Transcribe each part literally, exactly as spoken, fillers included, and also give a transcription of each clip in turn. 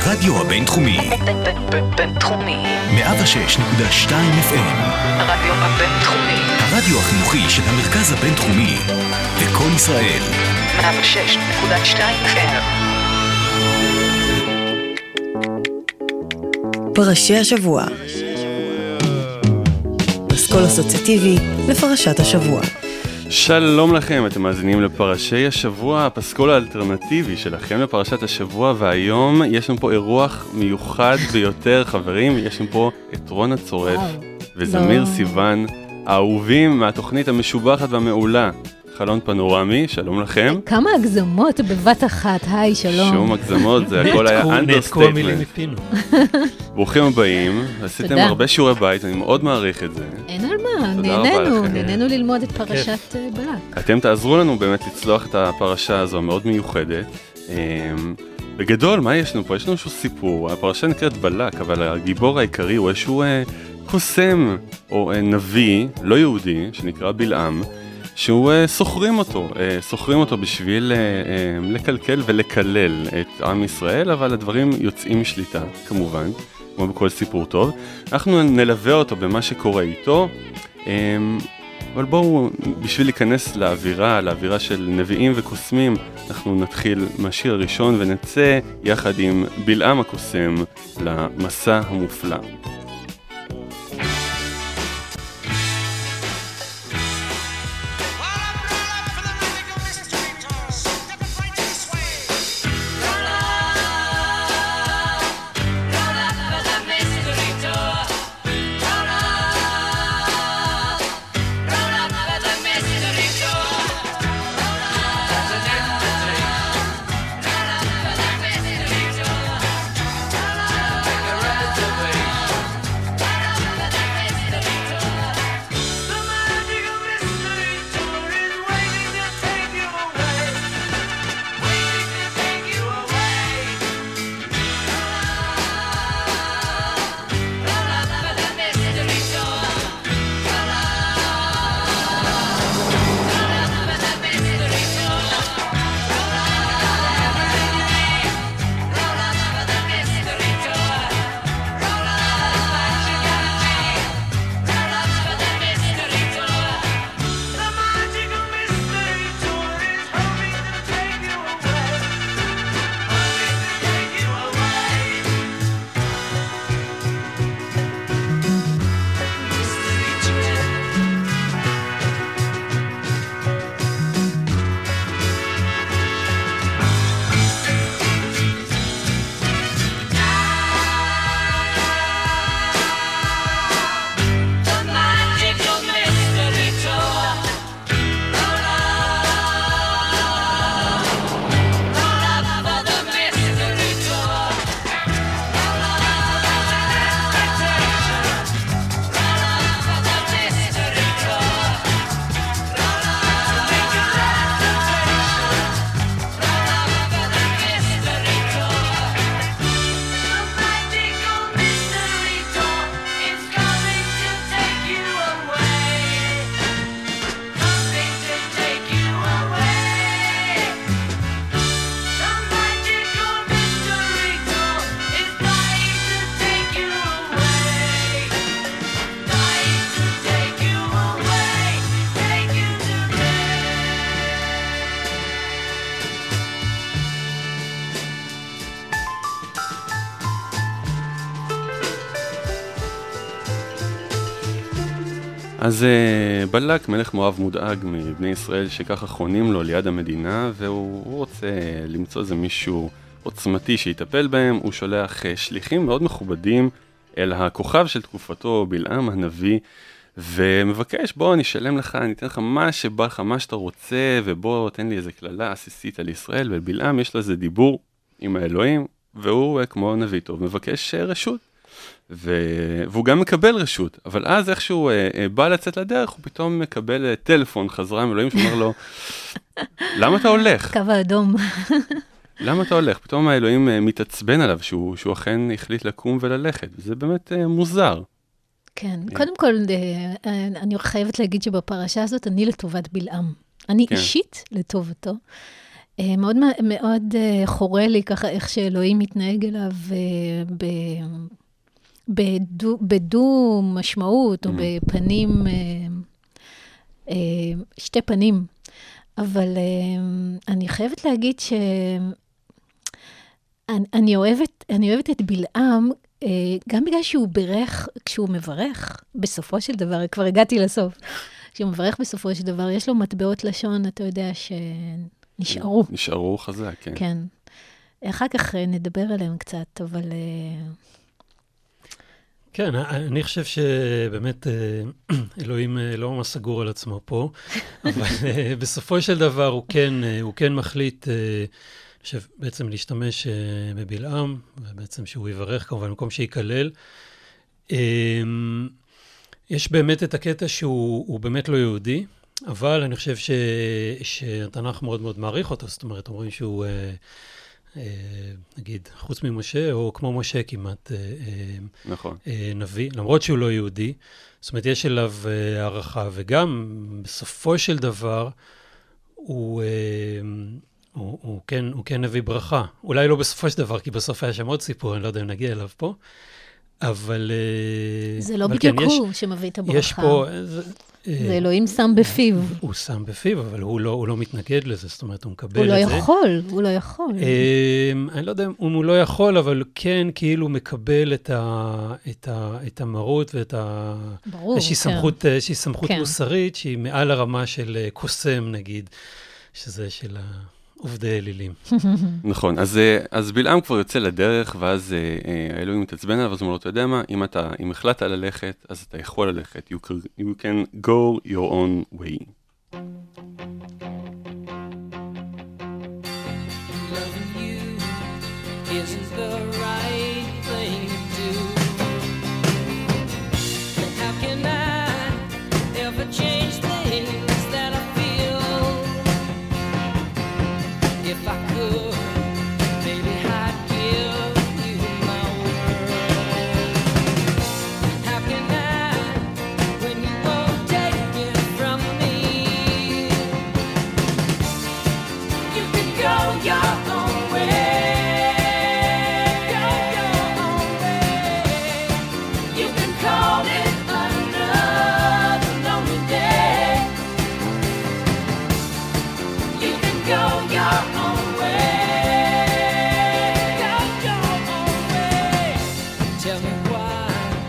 הרדיו הבינתחומי. בינתחומי. מאה ושש נקודה שתיים אף אם. הרדיו הבינתחומי. הרדיו החינוכי של המרכז הבינתחומי. וכל ישראל. מאה ושש נקודה שתיים אף אם. פרשי השבוע. פסקול אסוציאטיבי לפרשת השבוע. שלום לכם, אתם מאזינים לפרשי השבוע, הפסקול האלטרנטיבי שלכם לפרשת השבוע, והיום יש לנו פה אירוח מיוחד ביותר, חברים. יש לנו פה את רונה צורף וזמיר סיוון, האהובים מהתוכנית המשובחת והמעולה חלון פנורמי. שלום לכם. כמה הגזמות בבת אחת. היי, שלום. שום הגזמות, זה הכל היה אנדרסטייטמנט. ברוכים הבאים, עשיתם הרבה שיעורי בית, אני מאוד מעריך את זה. אין על מה, נהנינו, נהנינו ללמוד את פרשת בלק. אתם תעזרו לנו באמת לצלוח את הפרשה הזו המאוד מיוחדת. בגדול, מה יש לנו פה? יש לנו איזשהו סיפור, הפרשה נקראת בלק, אבל הגיבור העיקרי הוא איזשהו קוסם או נביא לא יהודי שנקרא בלעם, שהוא סוחרים אותו, סוחרים אותו בשביל לקלקל ולקלל את עם ישראל, אבל הדברים יוצאים משליטה, כמובן, כמו בכל סיפור טוב. אנחנו נלווה אותו במה שקורה איתו, אבל בואו, בשביל להיכנס לאווירה, לאווירה של נביאים וקוסמים, אנחנו נתחיל מהשיר הראשון ונצא יחד עם בלעם הקוסם למסע המופלא. אז בלק, מלך מואב, מודאג מבני ישראל שככה חונים לו ליד המדינה, והוא רוצה למצוא איזה מישהו עוצמתי שיטפל בהם. הוא שולח שליחים מאוד מכובדים אל הכוכב של תקופתו, בלעם הנביא, ומבקש, בוא נשלם לך, אני אתן לך מה שבא לך, מה שאתה רוצה, ובוא תן לי איזה כללה עסיסית על ישראל. ובלעם יש לו איזה דיבור עם האלוהים, והוא כמו נביא טוב, מבקש רשות. ו... והוא גם מקבל רשות, אבל אז איכשהו אה, אה, בא לצאת לדרך, הוא פתאום מקבל אה, טלפון חזרה עם אלוהים שאומר לו, למה אתה הולך? קו האדום. למה אתה הולך? פתאום האלוהים אה, מתעצבן עליו שהוא, שהוא אכן החליט לקום וללכת. זה באמת אה, מוזר. כן, קודם כל, אני חייבת להגיד שבפרשה הזאת אני לטובת בלעם. אני אישית לטובתו. מאוד, מאוד חורה לי ככה איך שאלוהים מתנהג אליו ב, בדו, בדו משמעות או בפנים, שתי פנים. אבל אני חייבת להגיד ש... אני אוהבת, אני אוהבת את בלעם, גם בגלל שהוא ברך, כשהוא מברך, בסופו של דבר, כבר הגעתי לסוף, כשהוא מברך בסופו של דבר, יש לו מטבעות לשון, אתה יודע שנשארו. נשארו חזק, כן. כן. אחר כך נדבר עליהם קצת, אבל... כן, אני חושב שבאמת אלוהים לא ממש סגור על עצמו פה, אבל בסופו של דבר הוא כן, הוא כן מחליט... שבעצם להשתמש uh, בבלעם, ובעצם שהוא יברך כמובן, במקום שיקלל. Um, יש באמת את הקטע שהוא באמת לא יהודי, אבל אני חושב ש, שהתנ"ך מאוד מאוד מעריך אותו, זאת אומרת, אומרים שהוא, uh, uh, נגיד, חוץ ממשה, או כמו משה כמעט, uh, נכון. uh, נביא, למרות שהוא לא יהודי, זאת אומרת, יש אליו uh, הערכה, וגם בסופו של דבר, הוא... Uh, הוא, הוא, כן, הוא כן נביא ברכה. אולי לא בסופו של דבר, כי בסוף היה שם עוד סיפור, אני לא יודע אם נגיע אליו פה, אבל... זה לא אבל בדיוק כן, הוא יש, שמביא את הברכה. יש פה... זה, זה אלוהים שם בפיו. הוא שם בפיו, אבל הוא לא, הוא לא מתנגד לזה, זאת אומרת, הוא מקבל הוא את לא זה. יכול, הוא לא יכול. אני לא יודע אם הוא לא יכול, אבל כן כאילו מקבל את, ה, את, ה, את המרות ואת ה... ברור, איזושהי כן. סמכות, איזושהי סמכות כן. מוסרית, שהיא מעל הרמה של קוסם, נגיד, שזה של ה... עובדי אלילים. נכון, אז, אז בלעם כבר יוצא לדרך, ואז האלוהים מתעצבן עליו, אז הוא אומר לו, אתה יודע מה, אם אתה, אם החלטת ללכת, אז אתה יכול ללכת. You can, you can go your own way. Loving you isn't the right thing to do. How can I ever change things that I feel? If I could, maybe I'd give you my world. How can I, when you won't take it from me? You can go your own way. Go your own way. You can call it another lonely day. You can go your own way. Go your own way. Tell me why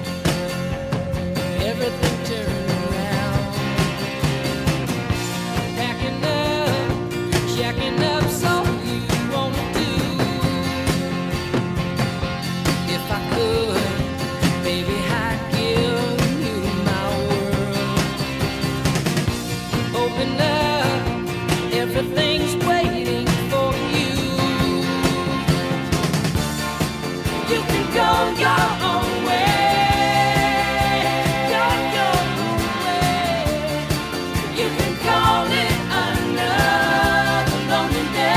everything turned around. Packing up, shacking up, so you wanna do. If I could, baby, I'd give you my world. Open up, everything's waiting for you. You can go your own way. Go your own way. You can call it another lonely day.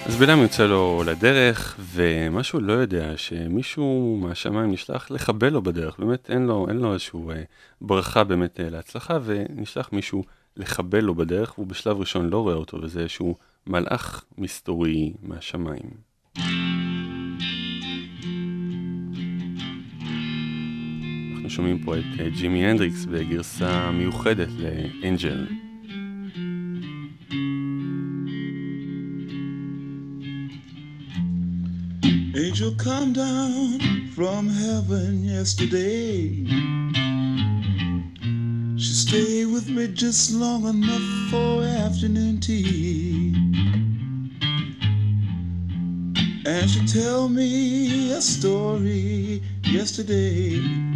אז בלעם יוצא לו לדרך, ומה שהוא לא יודע, שמישהו מהשמיים נשלח לחבל לו בדרך, באמת אין לו, אין לו איזשהו אה, ברכה באמת אה, להצלחה, ונשלח מישהו לחבל לו בדרך, והוא בשלב ראשון לא רואה אותו, וזה איזשהו מלאך מסתורי מהשמיים. אנחנו שומעים פה את אה, ג'ימי הנדריקס בגרסה מיוחדת לאנג'ל. Angel come down from heaven yesterday. She stayed with me just long enough for afternoon tea. And she tell me a story yesterday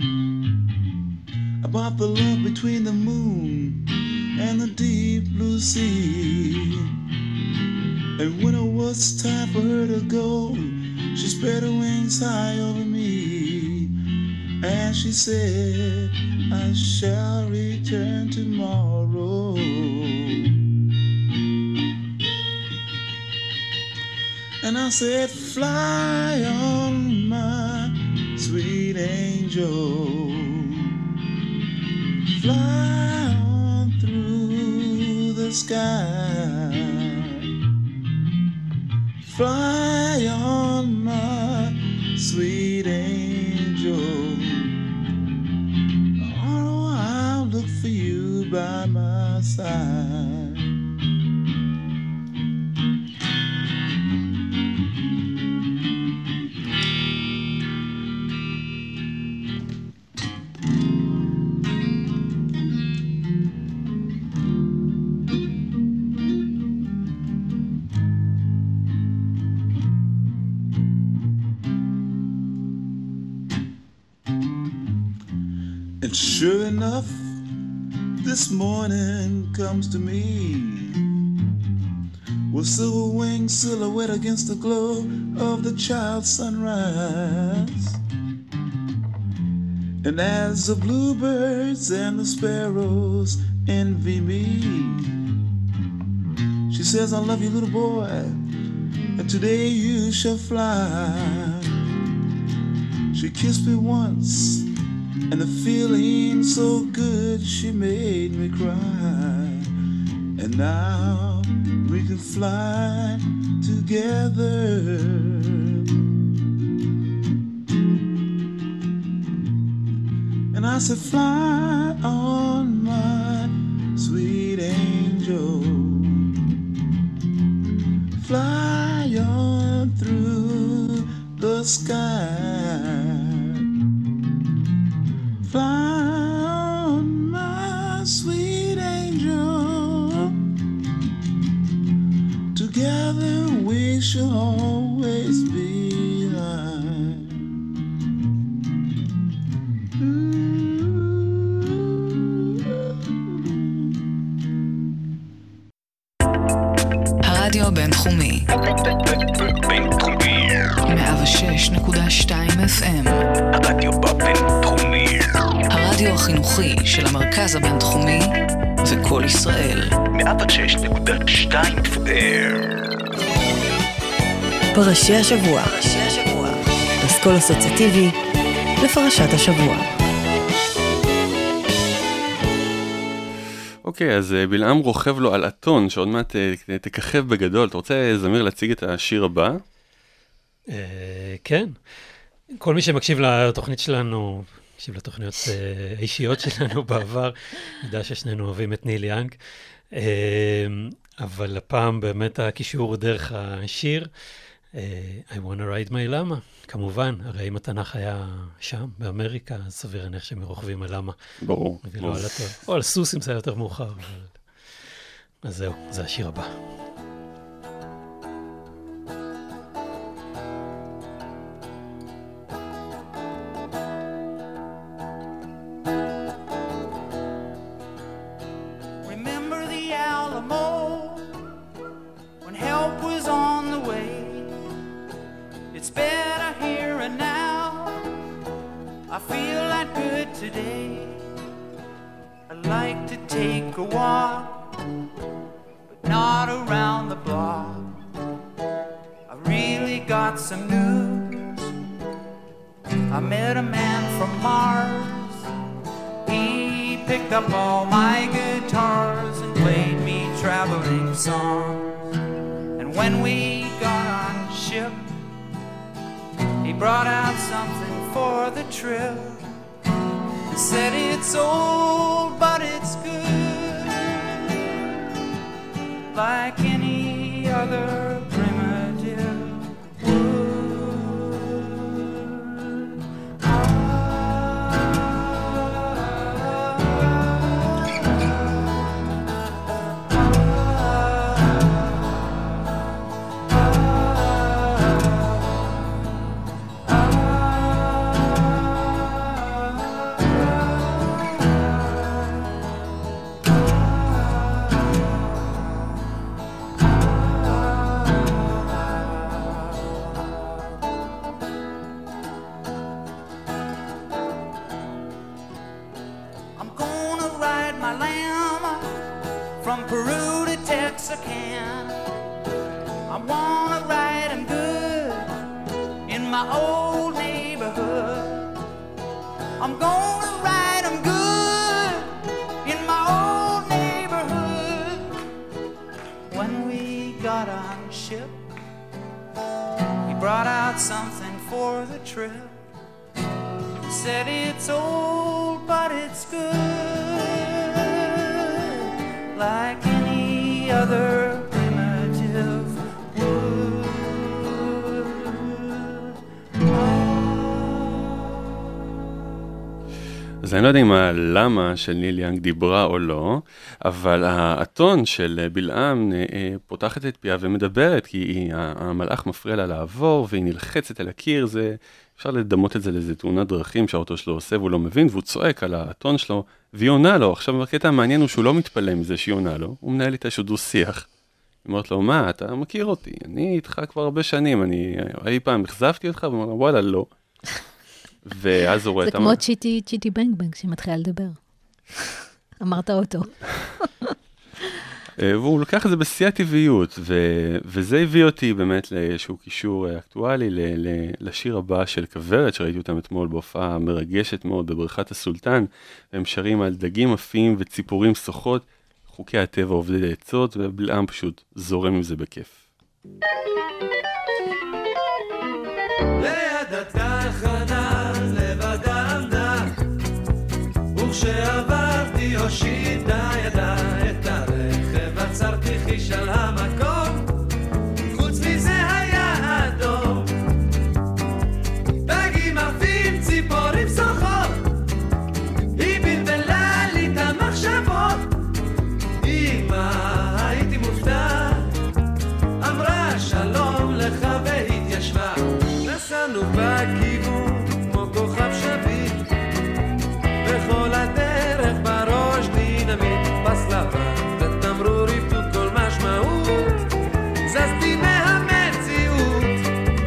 about the love between the moon and the deep blue sea. And when it was time for her to go, she spread her wings high over me, and she said, I shall return tomorrow. And I said, fly on, my sweet angel, fly on through the sky, fly on, my sweet angel. Oh, I'll look for you by my side. And sure enough, this morning comes to me with silver wings silhouette against the glow of the child's sunrise. And as the bluebirds and the sparrows envy me, she says, I love you, little boy, and today you shall fly. She kissed me once, and the feeling so good, she made me cry. And now we can fly together. And I said, fly on, my sweet angel, fly on through the sky, fly on, my sweet angel. Together we shall always be thine. הרדיו הבינתחומי בינתחומי. מאה ושש נקודה שתיים אף אם. הרדיו בינתחומי. הרדיו החינוכי של המרכז הבינתחומי וכל ישראל. מאה ושש נקודה שתיים אף אם. פרשי השבוע. אסכול אסוציאטיבי לפרשת השבוע. אוקיי, אז אה, בלעם רוכב לו על אתון, שעוד מעט אה, תככב בגדול. אתה רוצה, זמיר, להציג את השיר הבא? אה, כן. כל מי שמקשיב לתוכנית שלנו, מקשיב לתוכניות אה, האישיות שלנו בעבר, יודע ששנינו אוהבים את ניל יאנג. אה, אבל הפעם באמת הקישור דרך השיר, אה, I wanna ride my llama, כמובן, הרי אם התנ"ך היה שם, באמריקה, אז סביר להניח שהם רוכבים על למה. ברור. ולא על התור. או על סוס אם זה היה יותר מאוחר. אבל... אז זהו, זה השיר הבא. Remember the Alamo when help was on the way. It's better here and now. I feel that good today. I'd like to take a walk, but not around the block. some news. I met a man from Mars. He picked up all my guitars and played me traveling songs. And when we got on ship, he brought out something for the trip. He said it's old, but it's good, like any other primitive wood. I'm gonna ride my lamb from Peru to Texarkana. I wanna ride him good in my old neighborhood. I'm gonna ride him good in my old neighborhood. When we got on ship, he brought out something for the trip. He said it's old, but it's good, like any other primitive wood. אז אני לא יודע אם הלמה של ניל יאנג דיברה או לא, אבל האתון של בלעם פותחת את פיה ומדברת, כי המלאך מפריע לה לעבור, והיא נלחצת על הקיר. זה, אפשר לדמות את זה לאיזה תאונת דרכים שהאוטו שלו עושה, והוא לא מבין, והוא צועק על האתון שלו, והיא עונה לו. עכשיו, הקטע המעניין הוא שהוא לא מתפלא מזה שהיא עונה לו, הוא מנהל איתה שדו שיח. היא אומרת לו, מה, אתה מכיר אותי, אני איתך כבר הרבה שנים, אני אי פעם החזפתי אותך, והוא אומר, וואלה, לא. ואז הוא רואה זה את כמו צ'יטי, צ'יטי בנג בנג שמתחילה לדבר. אמרת אותו. והוא לוקח את זה בשיא הטבעיות, ו- וזה הביא אותי באמת לאיזשהו קישור אקטואלי ל- ל- לשיר הבא של כוורת, שראיתי אותם אתמול בהופעה מרגשת מאוד בבריכת הסולטן. הם שרים על דגים עפים וציפורים שוחות, חוקי הטבע עובדי העצות, ובלעם פשוט זורם עם זה בכיף. ליד התחנה לבדה עמדה, וכשעברתי הושיטה ידה, את הרכב עצרתי חיש על המקום, חוץ מזה היה אדום. דגים עפים ציפורים שוחות, היא בלבלה לי את המחשבות. אמא הייתי מופתע, אמרה שלום לך והתיישבה. נסענו בכיוון כמו כוכב שביט, בכל הדרך בראש דינמיט, פס לבן ותמרור איפות כל משמעות, זזתי מהמציאות.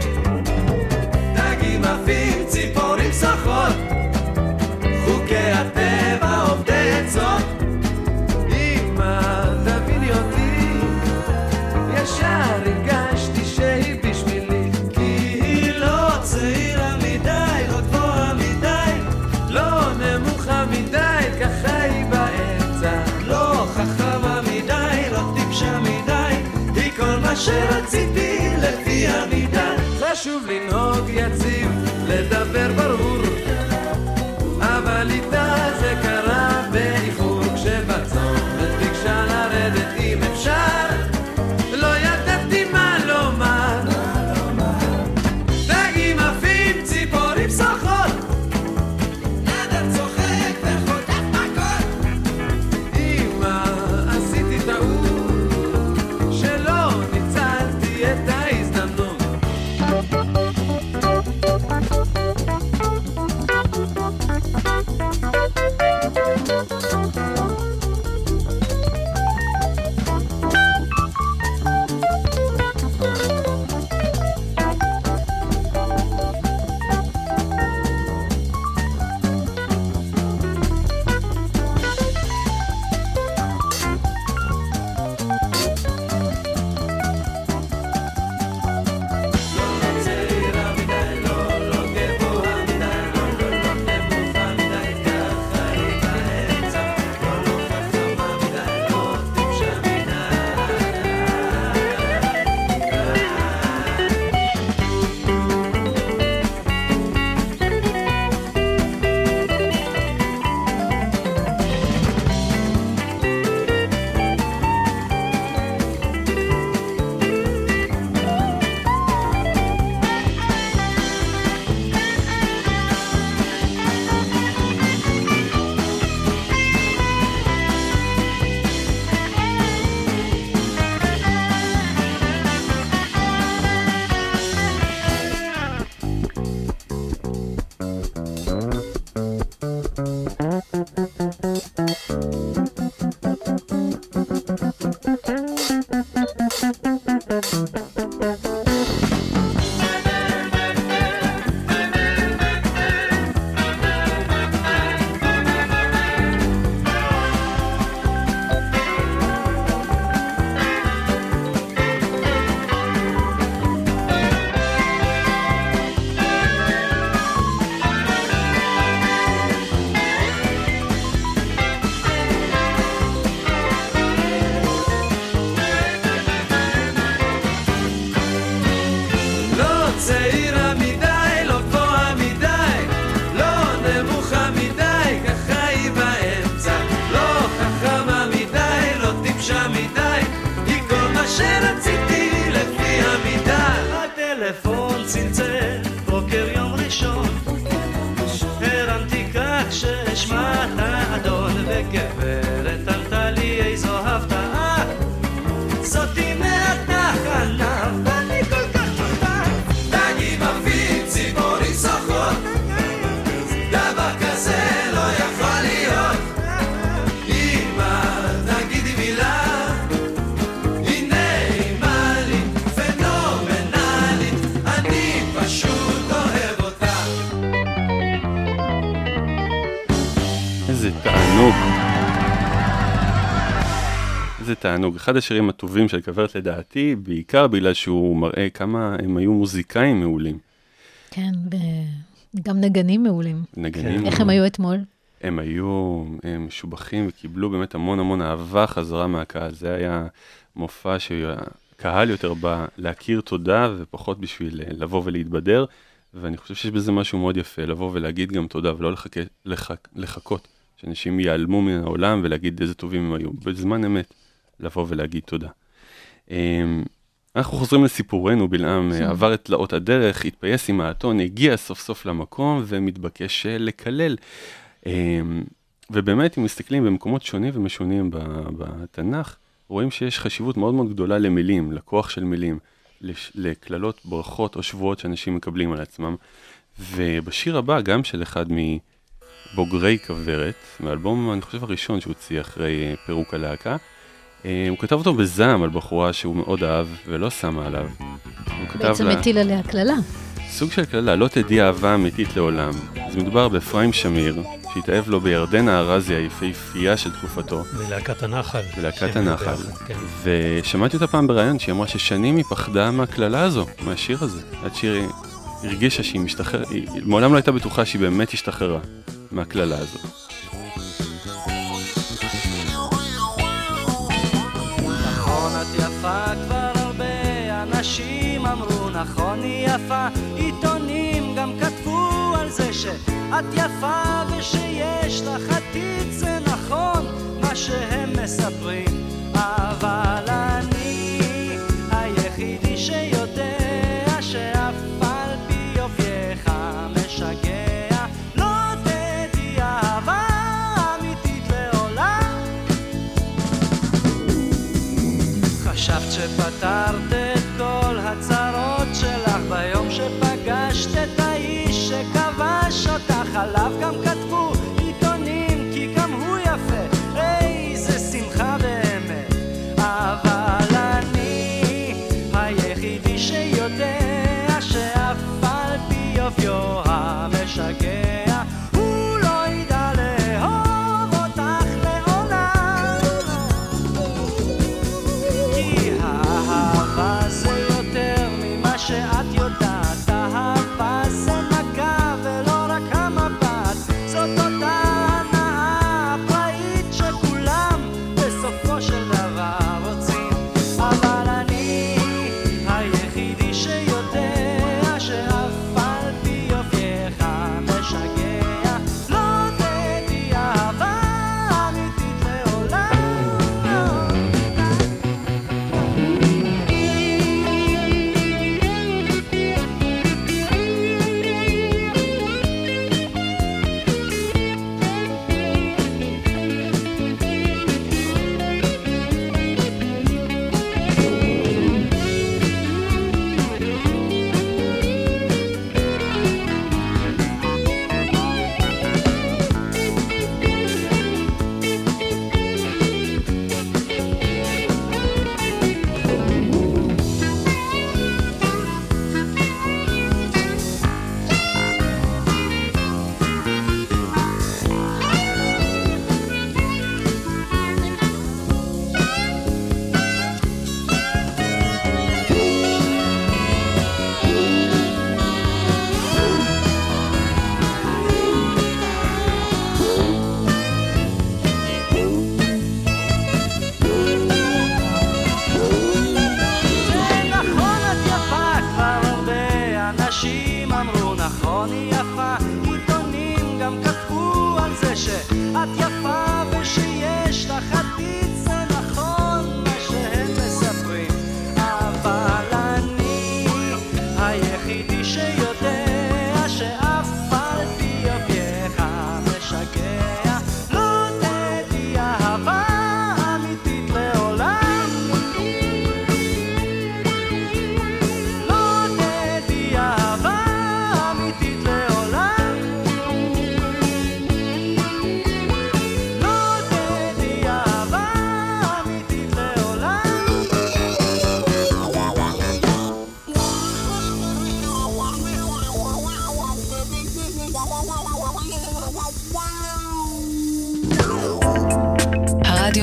דגים עפים ציפורים שוחות, חוקי הטבע עובדי עצות. אמא תביני אותי, ישר הרגשתי שהיא בשבילי, כי היא לא צעירה מדי, לא גבוהה מדי, לא נמוכה מדי, ככה היא באמצע, לא חכמה מדי, לא טיפשה מדי, היא כל מה שרציתי לפי המידה. חשוב לנהוג יציב, לדבר ברור, אבל איתה זה קרה באיחור, כשבצומת ביקשה לרדת אם אפשר, לא ידעתי מה לומר. דגים עפים ציפורים שוחות, אדם צוחק וחוטף מכות. אמא עשיתי טעות, שלא ניצלתי את ההזדמנות. לא צעירה מדי, לא גבוהה מדי, לא נמוכה מדי, ככה היא באמצע. לא חכמה מדי, לא טיפשה מדי, היא כל מה שרציתי לפי המידה. הטלפון צלצל, בוקר יום ראשון, הרמתי כך שאשמע את האדון, וגברת ענתה לי איזו הפתעה, זאתי מהתחנה, ואני כל כך תודה. דגים עפים, ציפורים שחות, דבר כזה לא יכול להיות. אמא, תגידי מילה, היא נעימה לי, פנומנלית, אני פשוט אוהב אותה. איזה תענוג. איזה תענוג. אחד השירים הטובים של כוורת לדעתי, בעיקר בגלל שהוא מראה כמה הם היו מוזיקאים מעולים. כן, גם נגנים מעולים. נגנים איך מעולים. הם היו אתמול? הם היו הם משובחים וקיבלו באמת המון המון אהבה חזרה מהקהל. זה היה מופע שהקהל יותר בא להכיר תודה ופחות בשביל לבוא ולהתבדר, ואני חושב שיש בזה משהו מאוד יפה, לבוא ולהגיד גם תודה ולא לחכ... לחכ... לחכות שאנשים ייעלמו מן העולם ולהגיד איזה טובים הם היו. בזמן אמת לבוא ולהגיד תודה. אנחנו חוזרים לסיפורנו, בלעם עבר את תלאות הדרך, התפייס עם האתון, הגיע סוף סוף למקום ומתבקש לקלל. ובאמת, אם מסתכלים במקומות שונים ומשונים בתנ"ך, רואים שיש חשיבות מאוד מאוד גדולה למילים, לכוח של מילים, לכללות, ברכות או שבועות שאנשים מקבלים על עצמם. ובשיר הבא, גם של אחד מבוגרי כוורת, מאלבום, אני חושב, הראשון שהוציא אחרי פירוק הלהקה, הוא כתב אותו בזעם על בחורה שהוא מאוד אהב ולא שמה עליו. בעצם מטיל עליה כללה. סוג של כללה, לא תדעי אהבה אמיתית לעולם. אז מדובר באפרים שמיר, שהתאהב לו בירדנה ארזי היפהפייה של תקופתו. בלהקת הנחל. בלהקת הנחל. כן. ושמעתי אותה פעם בראיון שהיא אמרה ששנים היא פחדה מהכללה הזו, מהשיר הזה. עד שהיא הרגישה שהיא משתחררת, היא מעולם לא הייתה בטוחה שהיא באמת השתחררה מהכללה הזו. נכון את יפה, כבר הרבה אנשים אמרו נכון היא יפה, עיתונים גם כתבו על זה שאת יפה ושיש לך עתיד, זה נכון מה שהם מספרים, אבל אני היחידי שיודע שאף על פי יופייך משגע, לא תדעי אהבה אמיתית לעולם. חשבת שפתרת את כל הצרות שלך ביום שפגשת את האיש שכבש אותך, עליו גם כתבו עיתונים כי גם הוא יפה, איזה שמחה באמת, אבל אני היחידי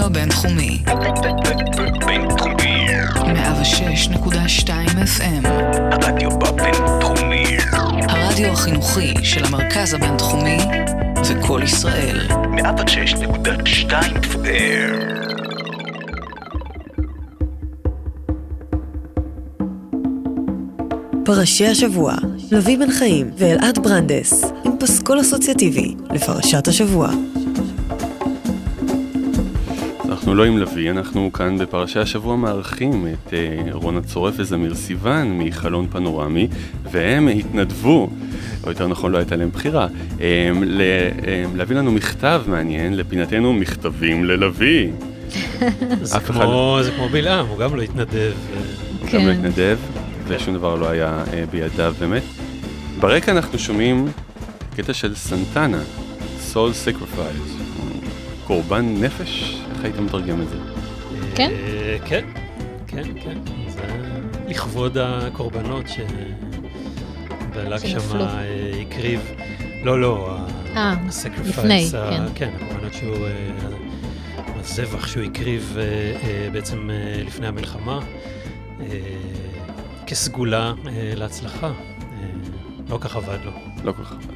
הבינתחומי. בינתחומי. מאה ושש נקודה שתיים אף אם. הרדיו בבינתחומי. הרדיו החינוכי של המרכז הבינתחומי וכל ישראל. מאה ושש נקודה שתיים אף אם. פרשי השבוע, לוי בן חיים ואלעד ברנדס, עם פסקול אסוציאטיבי לפרשת השבוע. אנחנו לא עם לוי, אנחנו כאן בפרשי השבוע מארחים את uh, רונה צורף וזמיר סיוון מחלון פנורמי, והם התנדבו, או יותר נכון לא הייתה להם בחירה, um, ל- um, להביא לנו מכתב מעניין לפינתנו מכתבים ללוי. זה כמו, זה כמו בלעם, הוא גם לא התנדב. הוא גם לא התנדב, ושום דבר לא היה uh, בידיו באמת. ברקע אנחנו שומעים קטע של סנטנה, Soul Sacrifice, קורבן נפש, איך היית מתרגם את זה? כן? כן, כן, כן. זה לכבוד הקורבנות שבלק שמה הקריב. לא, לא, לפני, כן. כן, הקורבנות שהוא, הזבח שהוא הקריב בעצם לפני המלחמה, כסגולה להצלחה. לא כך עבד לו. לא כך עבד.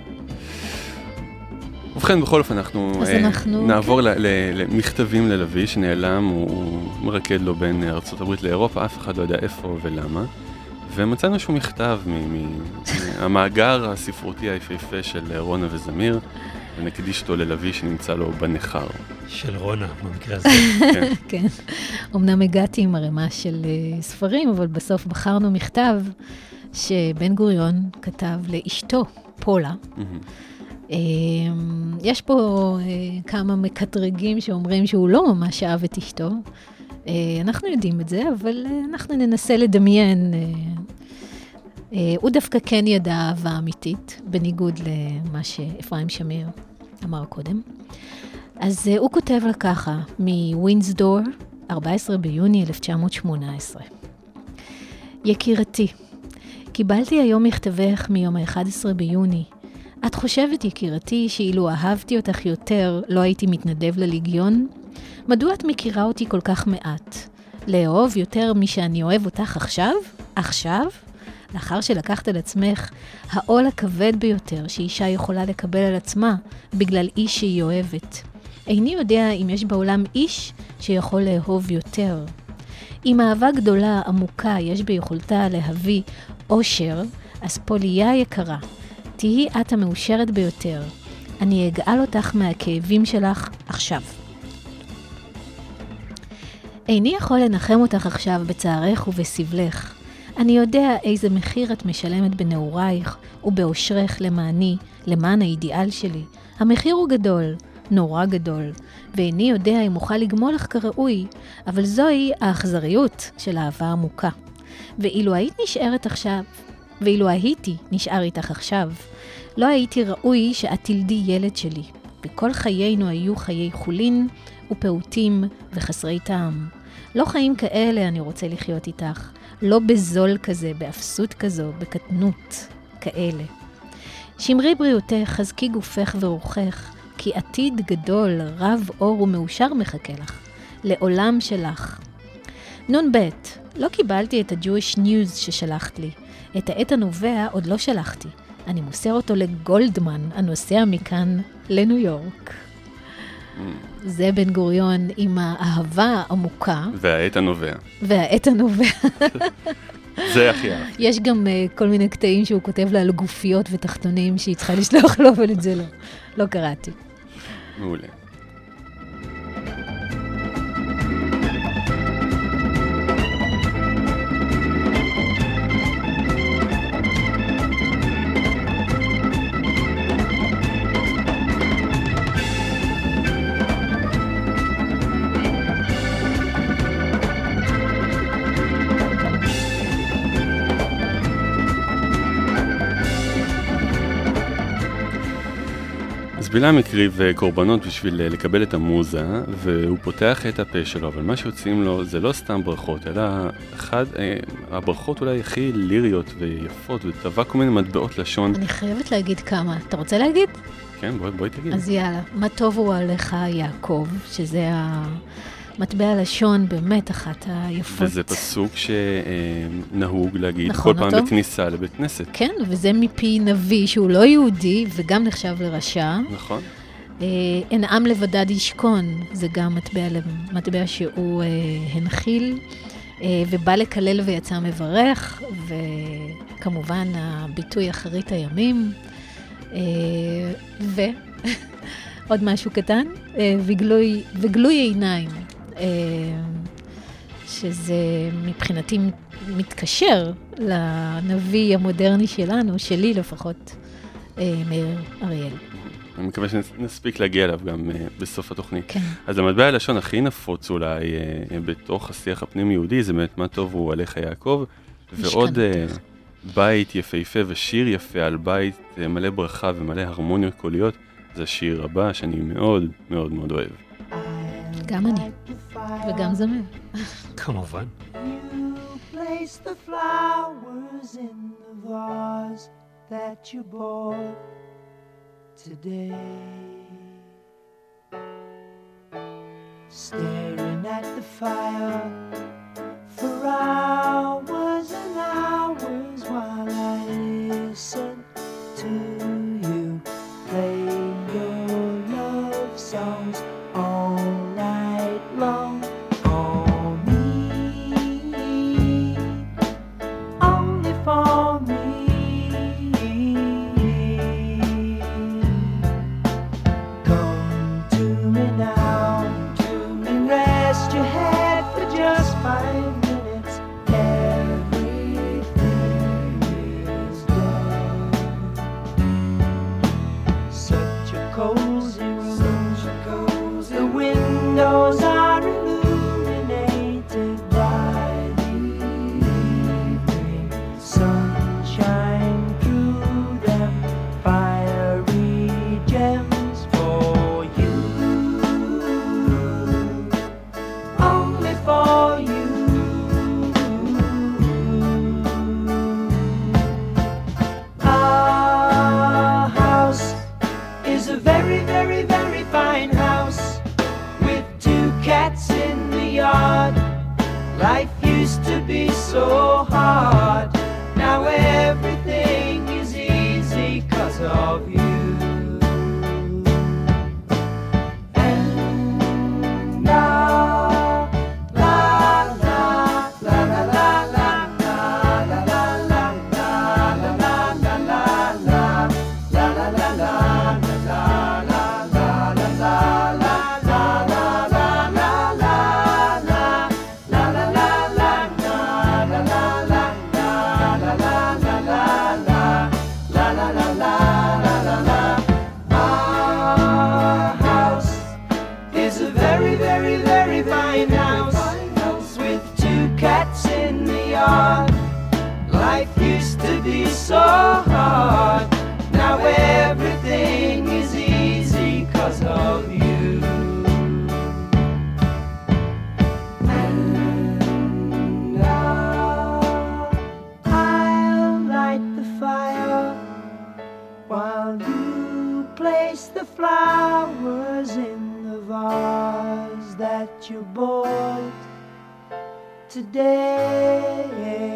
ובכן, בכל אופן, אנחנו, אה, אנחנו נעבור כן. ל- ל- למכתבים ללוי שנעלם, הוא, הוא מרקד לו בין ארצות הברית לאירופה, אף אחד לא יודע איפה ולמה. ומצאנו שהוא מכתב מהמאגר הספרותי היפהפה של רונה וזמיר, ונקדיש אותו ללוי שנמצא לו בנחר. של רונה, במקרה הזה. כן. כן. אמנם הגעתי עם הרמה של uh, ספרים, אבל בסוף בחרנו מכתב שבן גוריון כתב לאשתו, פולה. יש פה כמה מקטרגים שאומרים שהוא לא ממש אהב את אשתו. אנחנו יודעים את זה, אבל אנחנו ננסה לדמיין. הוא דווקא כן ידע אהבה אמיתית, בניגוד למה שאפרים שמיר אמר קודם. אז הוא כותב לה ככה, מווינסדור, ארבעה עשר ביוני אלף תשע מאות שמונה עשרה. יקירתי, קיבלתי היום מכתבך מיום ה-אחד עשר ביוני. את חושבת, יקירתי, שאילו אהבתי אותך יותר, לא הייתי מתנדב לליגיון? מדוע את מכירה אותי כל כך מעט? לאהוב יותר משאני אוהב אותך עכשיו? עכשיו? לאחר שלקחת על עצמך העול הכבד ביותר שאישה יכולה לקבל על עצמה בגלל איש שהיא אוהבת. איני יודע אם יש בעולם איש שיכול לאהוב יותר. אם אהבה גדולה, עמוקה, יש ביכולתה להביא אושר, אז פוליה יקרה. תהי את המאושרת ביותר. אני אגאל אותך מהכאבים שלך עכשיו. איני יכול לנחם אותך עכשיו בצערך ובסבלך. אני יודע איזה מחיר את משלמת בנעורייך ובאושרך למעני, למען האידיאל שלי. המחיר הוא גדול, נורא גדול, ואיני יודע אם אוכל לגמול לך כראוי, אבל זוהי האכזריות של אהבה עמוקה. ואילו היית נשארת עכשיו, ואילו הייתי נשאר איתך עכשיו, לא הייתי ראוי שאת תלדי ילד שלי. בכל חיינו היו חיי חולין ופעוטים וחסרי טעם. לא חיים כאלה אני רוצה לחיות איתך, לא בזול כזה, באפסות כזו, בקטנות כאלה. שמרי בריאותך, חזקי גופך ורוחך, כי עתיד גדול, רב אור ומאושר מחכה לך, לעולם שלך. נון בית, לא קיבלתי את ה-Jewish News ששלחת לי. את העת הנובע עוד לא שלחתי. אני מוסר אותו לגולדמן, הנוסע מכאן לניו יורק. זה בן גוריון עם האהבה העמוקה. והעת הנובע. והעת הנובע. זה הכי אהב. יש גם uh, כל מיני קטעים שהוא כותב לה על גופיות ותחתונים שהיא צריכה לשלוח לו, אבל את זה לא. לא קראתי. מעולה. בלעם הקריב קורבנות בשביל לקבל את המוזה, והוא פותח את הפה שלו, אבל מה שיוצאים לו זה לא סתם ברכות, אלא אחד, הברכות אולי הכי ליריות ויפות, וטבע כל מיני מטבעות לשון. אני חייבת להגיד כמה. אתה רוצה להגיד? כן, בואי, בואי תגיד. אז יאללה, מה טוב הוא עליך יעקב, שזה מטבע לשון באמת אחת היפות. וזה פסוק שנהוג להגיד נכון, כל פעם אותו? בכניסה לבית כנסת. כן, וזה מפי נביא שהוא לא יהודי וגם נחשב לרשע. נכון. אה, אין עם לבדד ישכון, זה גם מטבע, מטבע שהוא אה, הנחיל, אה, ובא לקלל ויצא מברך, וכמובן הביטוי אחרית הימים, אה, ועוד משהו קטן, אה, וגלוי, וגלוי עיניים, אה, שזה מבחינתי מתקשר לנביא המודרני שלנו, שלי לפחות, אה, מאיר אריאל. אני מקווה שנספיק להגיע אליו גם uh, בסוף התוכנית. כן. אז המטבע הלשון הכי נפוץ אולי uh, בתוך השיח הפנים-יהודי, זה באמת מה טוב הוא עליך יעקב, ועוד uh, בית יפהפה ושיר יפה על בית uh, מלא ברכה ומלא הרמוניות קוליות, זה השיר הבא שאני מאוד מאוד מאוד אוהב. גם אני, וגם זמר. כמובן. You place the flowers in the vase that you bought today, staring at the fire for hours and hours while I listen to you play your love songs all night long. For me, only for me. Come to me now, to me, rest your head for just five minutes. Everything is done. Such a cozy room, the windows are illuminated by the evening sunshine through them, fiery gems for you, only for you. Our house is a very, very, very fine house with two cats in the yard. Life used to be so hard. Now everything is easy 'cause of you. And now, la la la la la la la la la la la la la la la la la la la Our house is a very, very, very fine house with two cats in the yard. Life used to be so hard. Now everything is easy 'cause of you. And now I'll light the fire while you place the flowers in the vase that you bought today.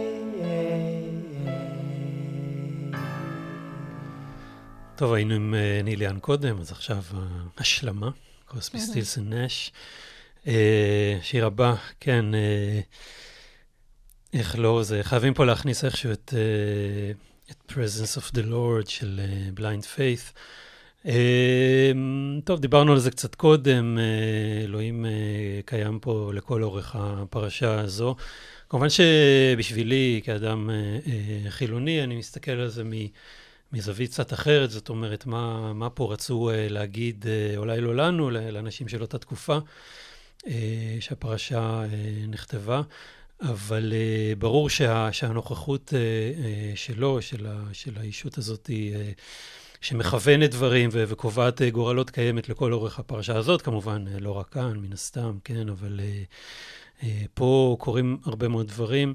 טוב, היינו עם uh, ניליאן קודם, אז עכשיו השלמה, קוספי סטילס ונש. Uh, שיר הבא, כן, uh, איך לא, זה חייבים פה להכניס איכשהו את, uh, את Presence of the Lord של uh, Blind Faith. Uh, טוב, דיברנו על זה קצת קודם, uh, אלוהים uh, קיים פה לכל אורך הפרשה הזו. כמובן שבשבילי, כאדם uh, uh, חילוני, אני מסתכל על זה מ... מזווית קצת אחרת, זאת אומרת, מה, מה פה רצו uh, להגיד, uh, אולי לא לנו, לאנשים של אותה תקופה, uh, שהפרשה uh, נכתבה, אבל uh, ברור שה, שהנוכחות uh, uh, שלו, של, ה, של האישות הזאת, uh, שמכוונת דברים ו- וקובעת uh, גורלות קיימת לכל אורך הפרשה הזאת, כמובן, uh, לא רק כאן, מן הסתם, כן, אבל uh, uh, פה קורים הרבה מאוד דברים,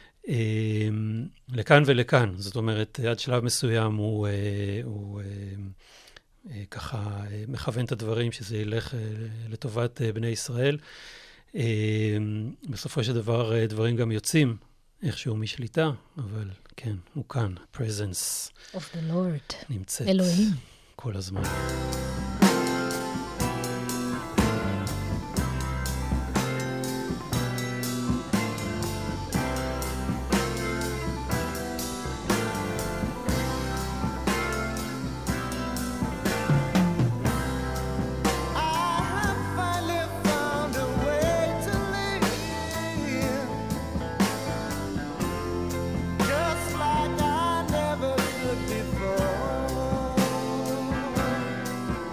לכאן ולכאן, זאת אומרת, עד שלב מסוים הוא, הוא ככה מכוון את הדברים שזה ילך לטובת בני ישראל, בסופו של דבר דברים גם יוצאים איכשהו משליטה, אבל כן, הוא כאן, presence. of the Lord. נמצאת. אלוהים. כל הזמן. Just like I never could before.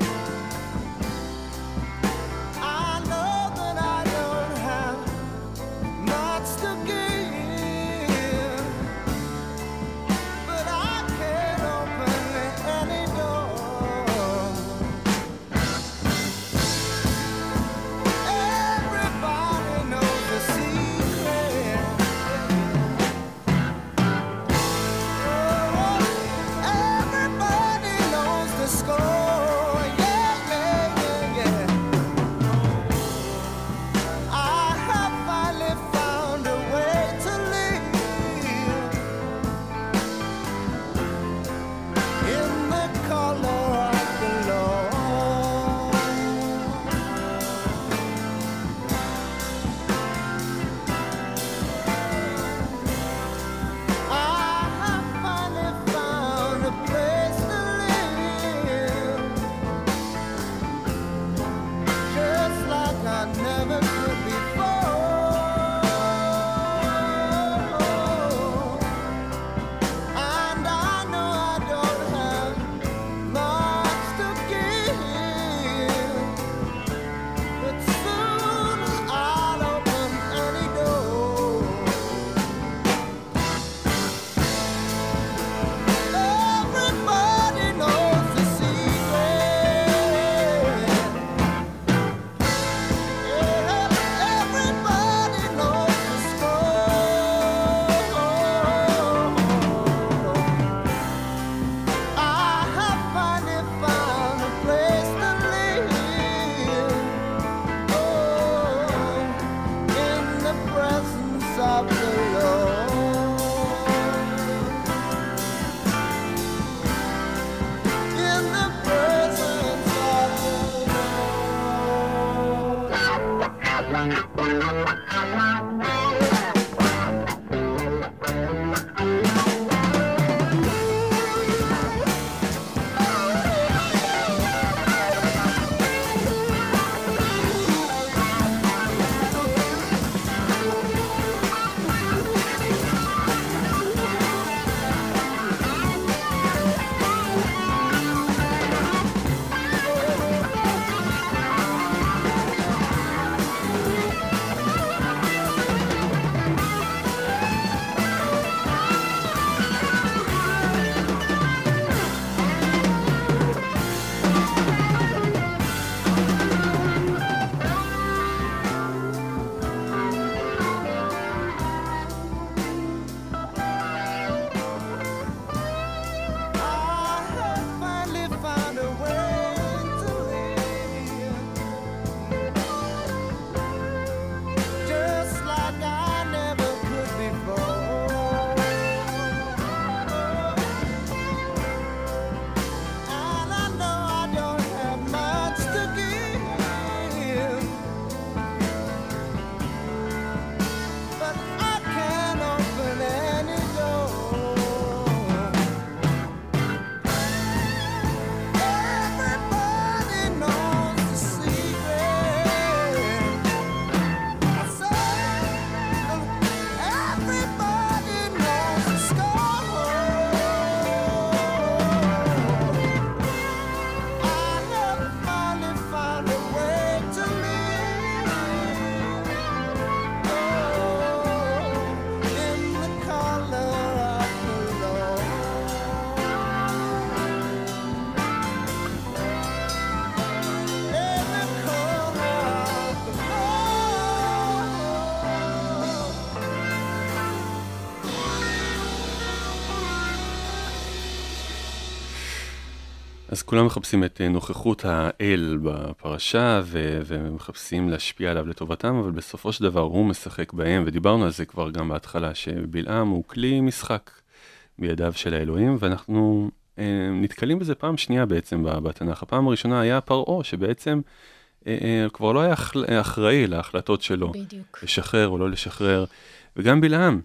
אז כולם מחפשים את נוכחות האל בפרשה, ו- ומחפשים להשפיע עליו לטובתם, אבל בסופו של דבר הוא משחק בהם, ודיברנו על זה כבר גם בהתחלה, שבלעם הוא כלי משחק בידיו של האלוהים, ואנחנו אה, נתקלים בזה פעם שנייה בעצם בתנ"ך. הפעם הראשונה היה פרעה, שבעצם אה, אה, כבר לא היה אחראי להחלטות שלו. בדיוק. לשחרר או לא לשחרר, וגם בלעם.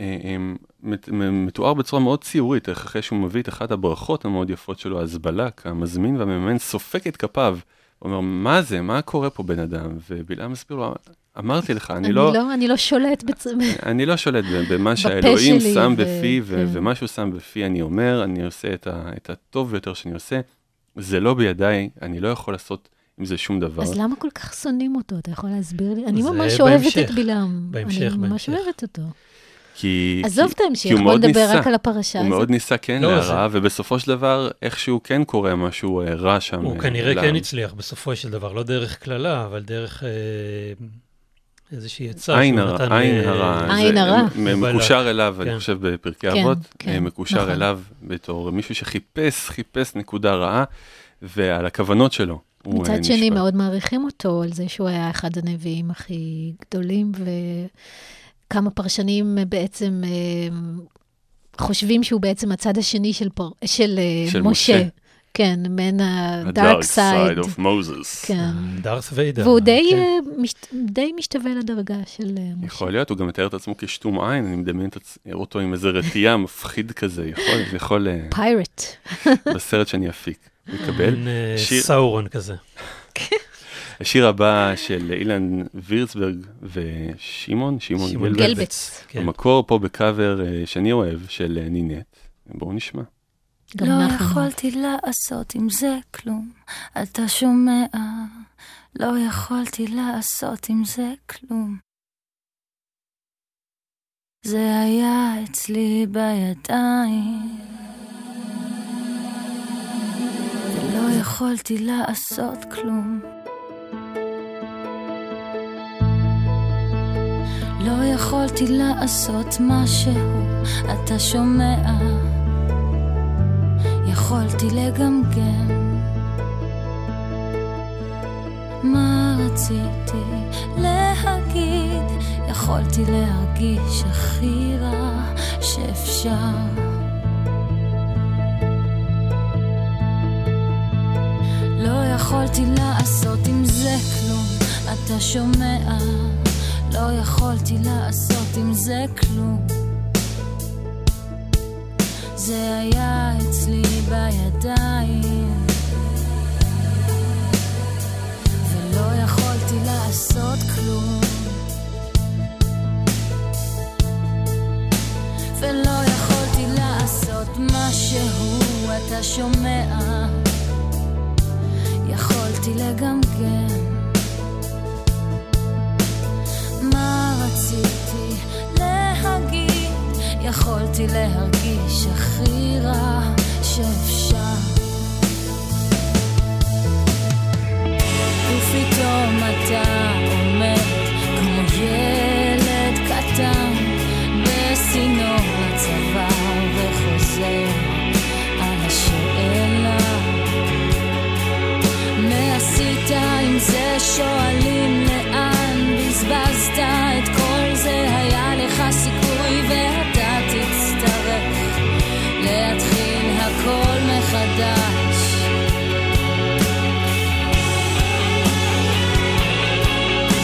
מתואר בצורה מאוד ציורית, אחרי שהוא מביא את אחת הברכות המאוד יפות שלו, אז בלק, המזמין והמאמן, סופק את כפיו, הוא אומר, מה זה? מה קורה פה בן אדם? ובלעם מסביר לו, אמרתי לך, אני לא... אני לא שולט בעצם. אני לא שולט במה שהאלוהים שם בפי, ומה שהוא שם בפי אני אומר, אני עושה את הטוב ביותר שאני עושה, זה לא בידיי, אני לא יכול לעשות עם זה שום דבר. אז למה כל כך שונאים אותו? אתה יכול להסביר לי? אני ממש אוהבת את בלעם. בהמשך, אני ממש אוהבת אותו. כי... עזוב את ההמשך, בוא נדבר רק על הפרשה הזאת. הוא מאוד ניסה כן להרע, ובסופו של דבר, איכשהו כן קורה משהו רע שם. הוא כנראה כן הצליח בסופו של דבר, לא דרך כללה, אבל דרך איזושהי עצה. עין הרע. עין הרע. מקושר אליו, אני חושב בפרקי אבות, מקושר אליו בתור מישהו שחיפש, חיפש נקודה רעה, ועל הכוונות שלו. מצד שני, מאוד מעריכים אותו על זה שהוא היה אחד הנביאים הכי גדולים, ו... כמה פרשנים בעצם חושבים שהוא בעצם הצד השני של, פר... של, של משה. משה. כן, מן ה-dark side. of Moses. כן. דארת ויידר. והוא די, כן. מש... די משתווה לדרגה של משה. יכול להיות, הוא גם מתאר את עצמו כשתום עין, אני מדמיין אותו עם איזה רתיעה מפחיד כזה, יכול, יכול... פיירט. בסרט שאני אפיק. מקבל. שיר... סאורון כזה. השיר הבא של אילן וירצברג ושמעון, שמעון גלבץ. המקור פה בקאבר שאני אוהב של נינט. בואו נשמע. לא יכולתי לעשות עם זה כלום, אתה שומע? לא יכולתי לעשות עם זה כלום. זה היה אצלי בידיים, ולא יכולתי לעשות כלום. לא יכולתי לעשות משהו, אתה שומע? יכולתי לגמגם. מה רציתי להגיד? יכולתי להרגיש הכי רע שאפשר. לא יכולתי לעשות עם זה כלום, אתה שומע? לא יכולתי לעשות עם זה כלום. זה היה אצלי בידיים, ולא יכולתי לעשות כלום. ולא יכולתי לעשות משהו, אתה שומע? יכולתי לגמגם. מה רציתי להגיד? יכולתי להרגיש הכי רע שאפשר. ופתאום אתה עומד כמו ילד קטן בסינו לצוואר וחוזר על השאלה מה עשית עם זה? שואלים לאן בזבזת את כל זה? היה לך סיכוי ואתה תצטרך להתחיל הכל מחדש.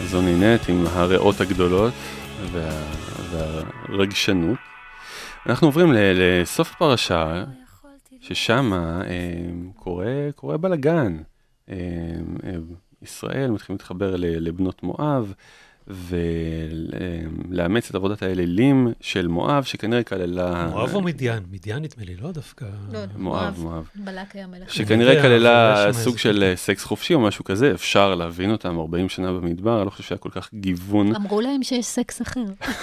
זו נינט עם הריאות הגדולות וה, והרגשנות. אנחנו עוברים ל, לסוף הפרשה, ששם אה, קורה, קורה בלגן. אה, אה, ישראל מתחילים להתחבר לבנות מואב, ולאמץ את עבודת האלילים של מואב, שכנראה כללה... מואב או מדיין? מדיין נדמה לי, לא דווקא... לא, מואב, מואב. בלק היה מלך. שכנראה כללה סוג של סקס חופשי או משהו כזה, אפשר להבין אותם ארבעים שנה במדבר, אני לא חושב שהיה כל כך גיוון. אמרו להם שיש סקס אחר.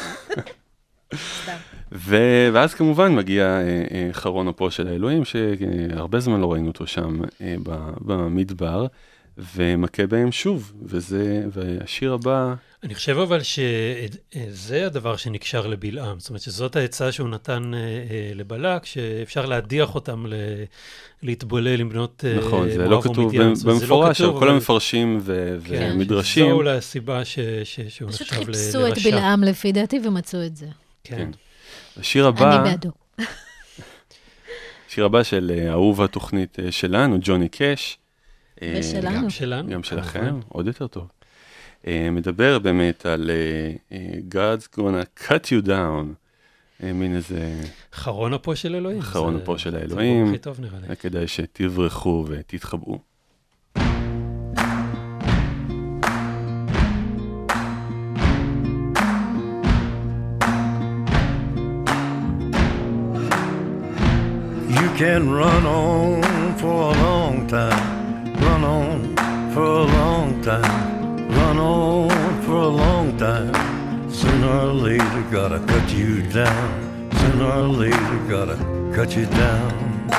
ואז כמובן מגיע חרון אפו של האלוהים, שהרבה זמן לא ראינו אותו שם במדבר, ומכה בהם שוב, וזה, והשיר הבא... אני חושב אבל שזה הדבר שנקשר לבלעם, זאת אומרת שזאת העצה שהוא נתן לבלק, שאפשר להדיח אותם להתבולל עם בנות מואב ומדיין. נכון, זה לא כתוב במפורש, אבל כל המפרשים ומדרשים. זו אולי הסיבה שהוא נחשב לרשע. פשוט חיפשו את בלעם לפי דעתי ומצאו את זה. כן. השיר הבא... אני בעדו. השיר הבא של אהוב התוכנית שלנו, ג'וני קאש. ושלנו. גם שלנו. גם שלכם, עוד יותר טוב. מדבר באמת על God's gonna cut you down, מין איזה... חרון אפו של אלוהים. חרון אפו של האלוהים. זה הכי טוב נראה לי. כדאי שתברחו ותתחבאו. You can run on for a long time, run on for a long time, run on for a long time. Sooner or later gotta cut you down, sooner or later gotta cut you down.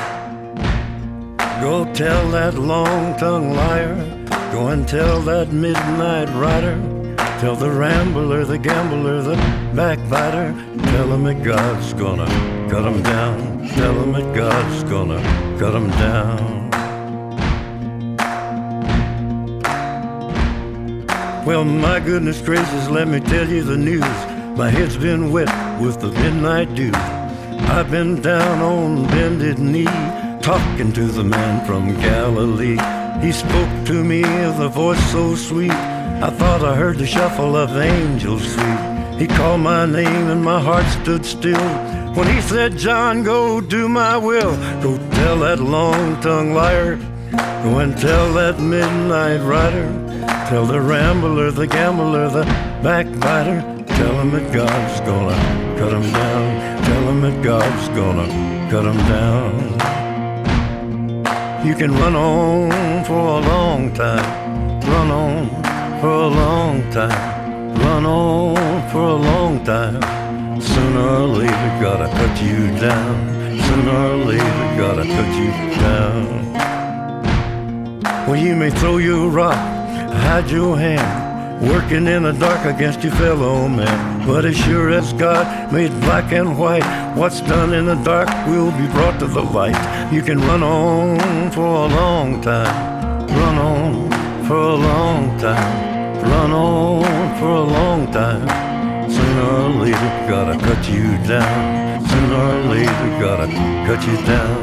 Go tell that long-tongued liar, go and tell that midnight rider, tell the rambler, the gambler, the backbiter, tell him that God's gonna cut him down, tell him that God's gonna cut him down. Well, my goodness gracious, let me tell you the news. My head's been wet with the midnight dew. I've been down on bended knee, talking to the man from Galilee. He spoke to me with a voice so sweet, I thought I heard the shuffle of angels sweet. He called my name and my heart stood still when he said, John, go do my will. Go tell that long-tongued liar, go and tell that midnight rider, tell the rambler, the gambler, the backbiter, tell him that God's gonna cut him down, tell him that God's gonna cut him down. You can run on for a long time, run on for a long time, run on for a long time. Sooner or later gotta cut you down, sooner or later gotta cut you down. Well, you may throw your rock, hide your hand, working in the dark against your fellow man. But as sure as God made black and white, what's done in the dark will be brought to the light. You can run on for a long time, run on for a long time, run on for a long time. Sooner or later gotta cut you down, sooner or later gotta cut you down.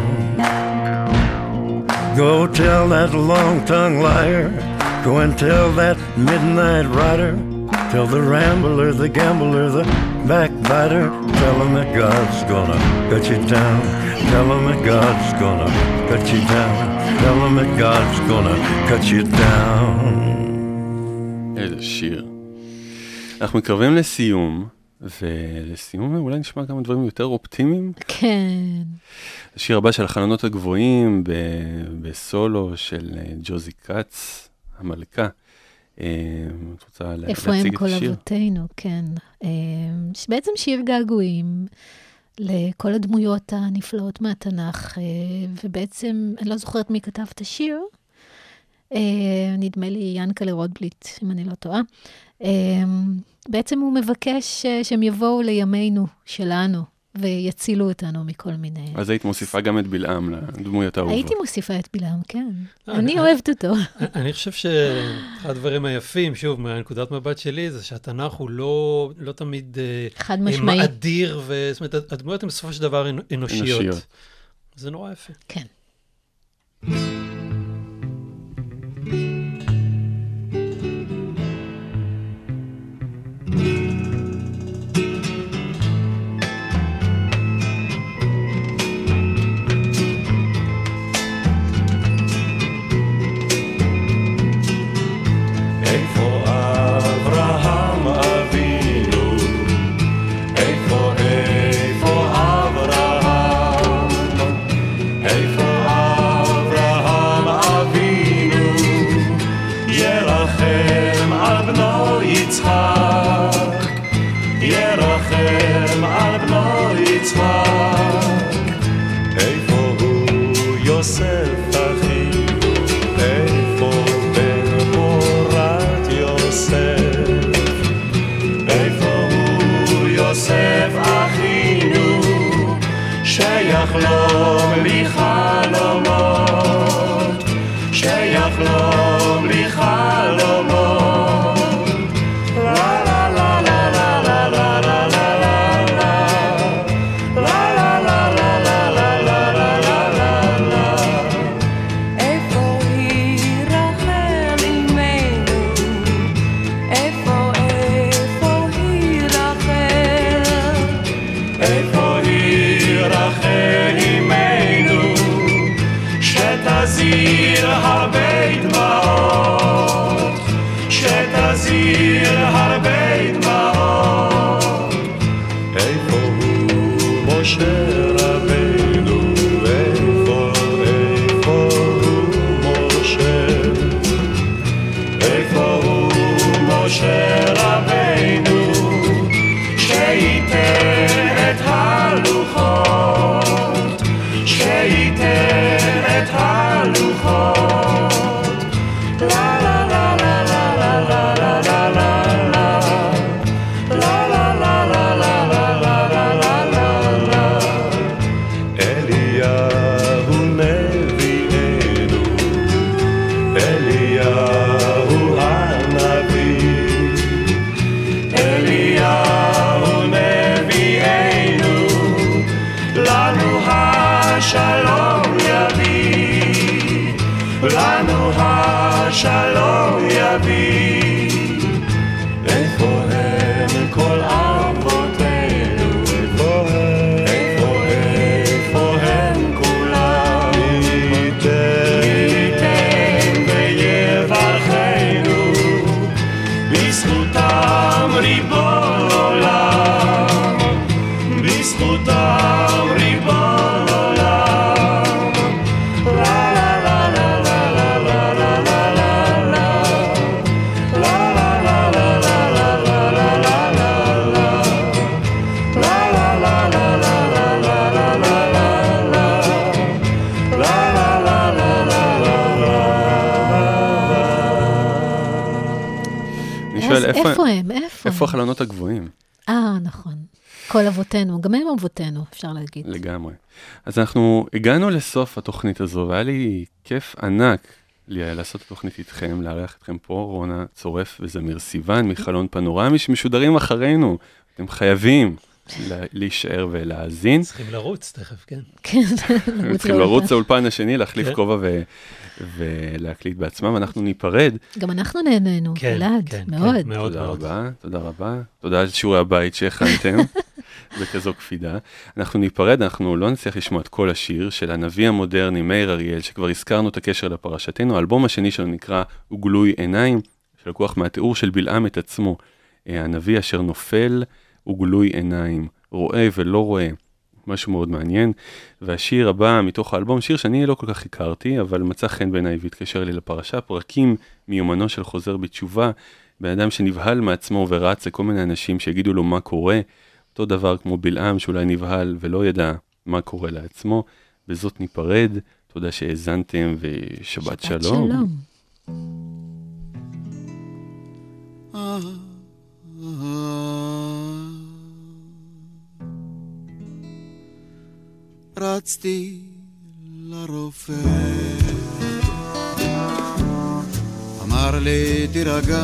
Go tell that long-tongued liar, go and tell that midnight rider, tell the rambler, the gambler, the backbiter, tell him that God's gonna cut you down, tell him that God's gonna cut you down, tell him that God's gonna cut you down. איזה שיר. אנחנו מקרבים לסיום, ולסיום אולי נשמע כמה דברים יותר אופטימיים. כן. השיר הבא של החלונות הגבוהים, בסולו של ג'וזי קאץ, המלכה. את רוצה להציג את השיר? איפה הם כל אבותינו, כן. בעצם שיר געגועים לכל הדמויות הנפלאות מהתנ"ך, ובעצם, אני לא זוכרת מי כתב את השיר, נדמה לי ינקלה רוטבליט, אם אני לא טועה. בעצם הוא מבקש שהם יבואו לימינו שלנו, ויצילו אותנו מכל מיני... אז היית מוסיפה גם את בלעם לדמויות האהובות. הייתי מוסיפה את בלעם, כן. אני אוהבת אותו. אני חושב שאחד הדברים היפים, שוב, מהנקודת מבט שלי, זה שהתנ"ך הוא לא תמיד חד משמעי. מאדיר, זאת אומרת, הדמויות הן בסופו של דבר אנושיות. זה נורא יפה. כן. יצחק, ירחם על בנו יצחק. איפה הוא יוסף אחינו, איפה בן פורת יוסף, איפה הוא יוסף אחינו, שיחלום לי חלומות, שיחלום לי חלומות. שתזיר הרבה דמעות, שתזיר הרבה דמעות. איפה הוא משה רבנו, איפה, איפה הוא משה, איפה הוא משה רבנו, שייתן את הלוחות, שייתן את הלוחות. לה לה לה לה לה לה לה לה לה לה לה לה לה לה לה. אליהו נביאנו, אליהו הנביא, אליהו נביאנו, לנו השלום יביא, לנו השלום יביא. איפה הם כל אבותינו, איפה הם, איפה, איפה הם כולם. ייתן ויברכנו, בזכותם ריבון עולם, בזכותם ריבון עולם. לה לה לה לה לה לה לה לה לה לה שואל, איפה, איפה הם? איפה? איפה החלונות הגבוהים? אה, נכון. כל אבותינו, גם הם אבותינו, אפשר להגיד. לגמרי. אז אנחנו הגענו לסוף התוכנית הזו, והיה לי כיף ענק לעשות את התוכנית איתכם, לארח אתכם פה, רונה צורף וזמיר סיוון, מחלון פנורמי, שמשודרים אחרינו. אתם חייבים להישאר ולהאזין. צריכים לרוץ תכף, כן. כן, צריכים לרוץ לאולפן השני, להחליף כובע ולהקליט בעצמם. אנחנו ניפרד. גם אנחנו נהנינו, אלעד, מאוד. תודה רבה, תודה רבה. תודה על שיעורי הבית שהכנתם, וכזו קפידה. אנחנו ניפרד, אנחנו לא נצליח לשמוע את כל השיר של הנביא המודרני, מאיר אריאל, שכבר הזכרנו את הקשר לפרשתנו. האלבום השני שלו נקרא וגלוי עיניים, שלקוח מהתיאור של בלעם את עצמו. הנביא אשר נופל וגלוי עיניים, רואה ולא רואה, משהו מאוד מעניין. והשיר הבא מתוך האלבום, שיר שאני לא כל כך הכרתי, אבל מצא חן בעיניי והתקשר לי לפרשה, פרקים מיומנו של חוזר בתשובה, באדם שנבהל מעצמו ורץ לכל מיני אנשים שיגידו לו מה קורה, אותו דבר כמו בלעם שאולי נבהל ולא ידע מה קורה לעצמו. בזאת ניפרד, תודה שהאזנתם ושבת שלום. שלום. רצתי לרופא, אמר לי תירגע,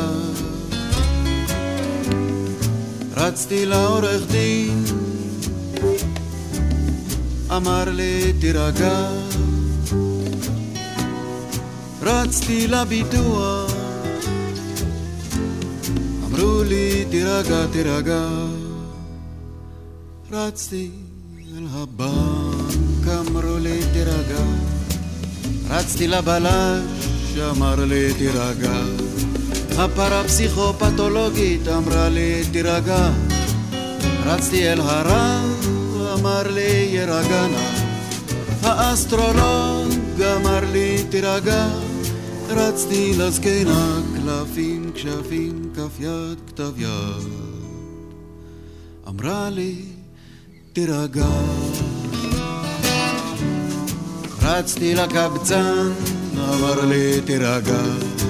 רצתי לעורך דין, אמר לי תירגע, רצתי לביטוח, אמרו לי תירגע תירגע, רצתי אל הבנק, אמרו לי תירגע, רצתי לבלש, אמר לי תירגע, הפרפסיכופתולוגית אמרה לי תירגע, רצתי אל הרב, אמר לי ירגע נא, האסטרולוג אמר לי תירגע, רצתי לזקנה, קלפים, כשפים, כף יד, כתב יד. אמרה לי, תירגע. רצתי לקבצן, אמר לי, תירגע.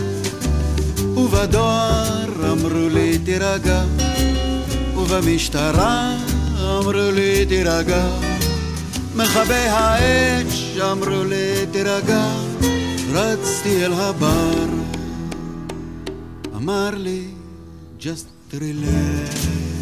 ובדואר אמרו לי, תירגע. ובמשטרה אמרו לי, תירגע. מכבי האש אמרו לי, תירגע. רצתי אל הבר, אמר לי, just relax.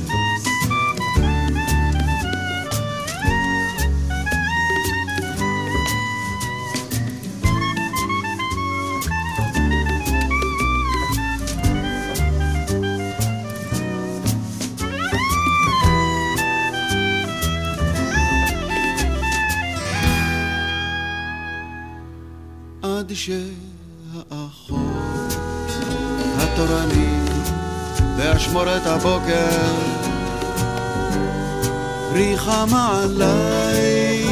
עד שהאחות התורנית באשמורת הבוקר ריחמה עליי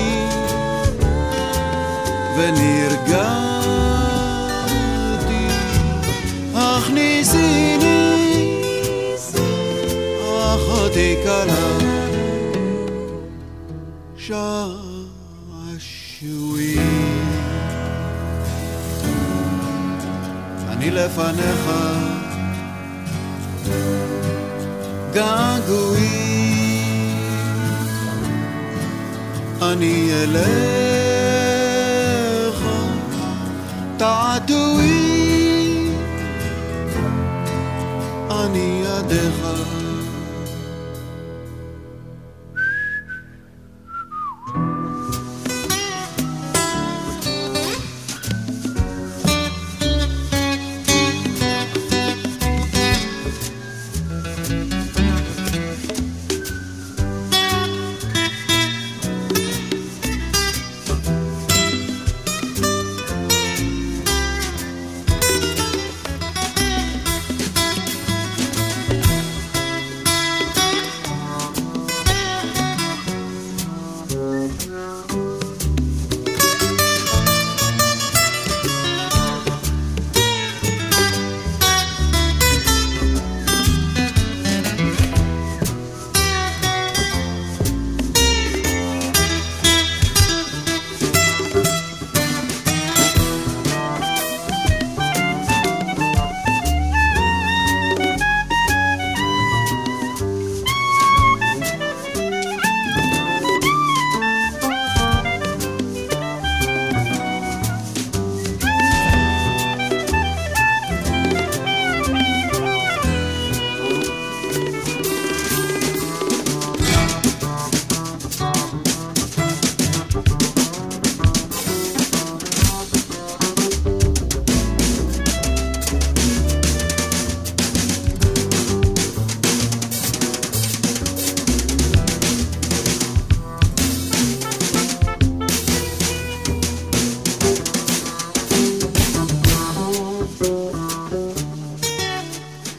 ונרגעתי. הכניסיני אחותי קלה שעשועי. אני לפניך געגועי, אני אליך תעתועי, אני ידיך.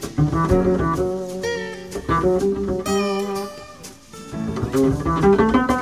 Thank you.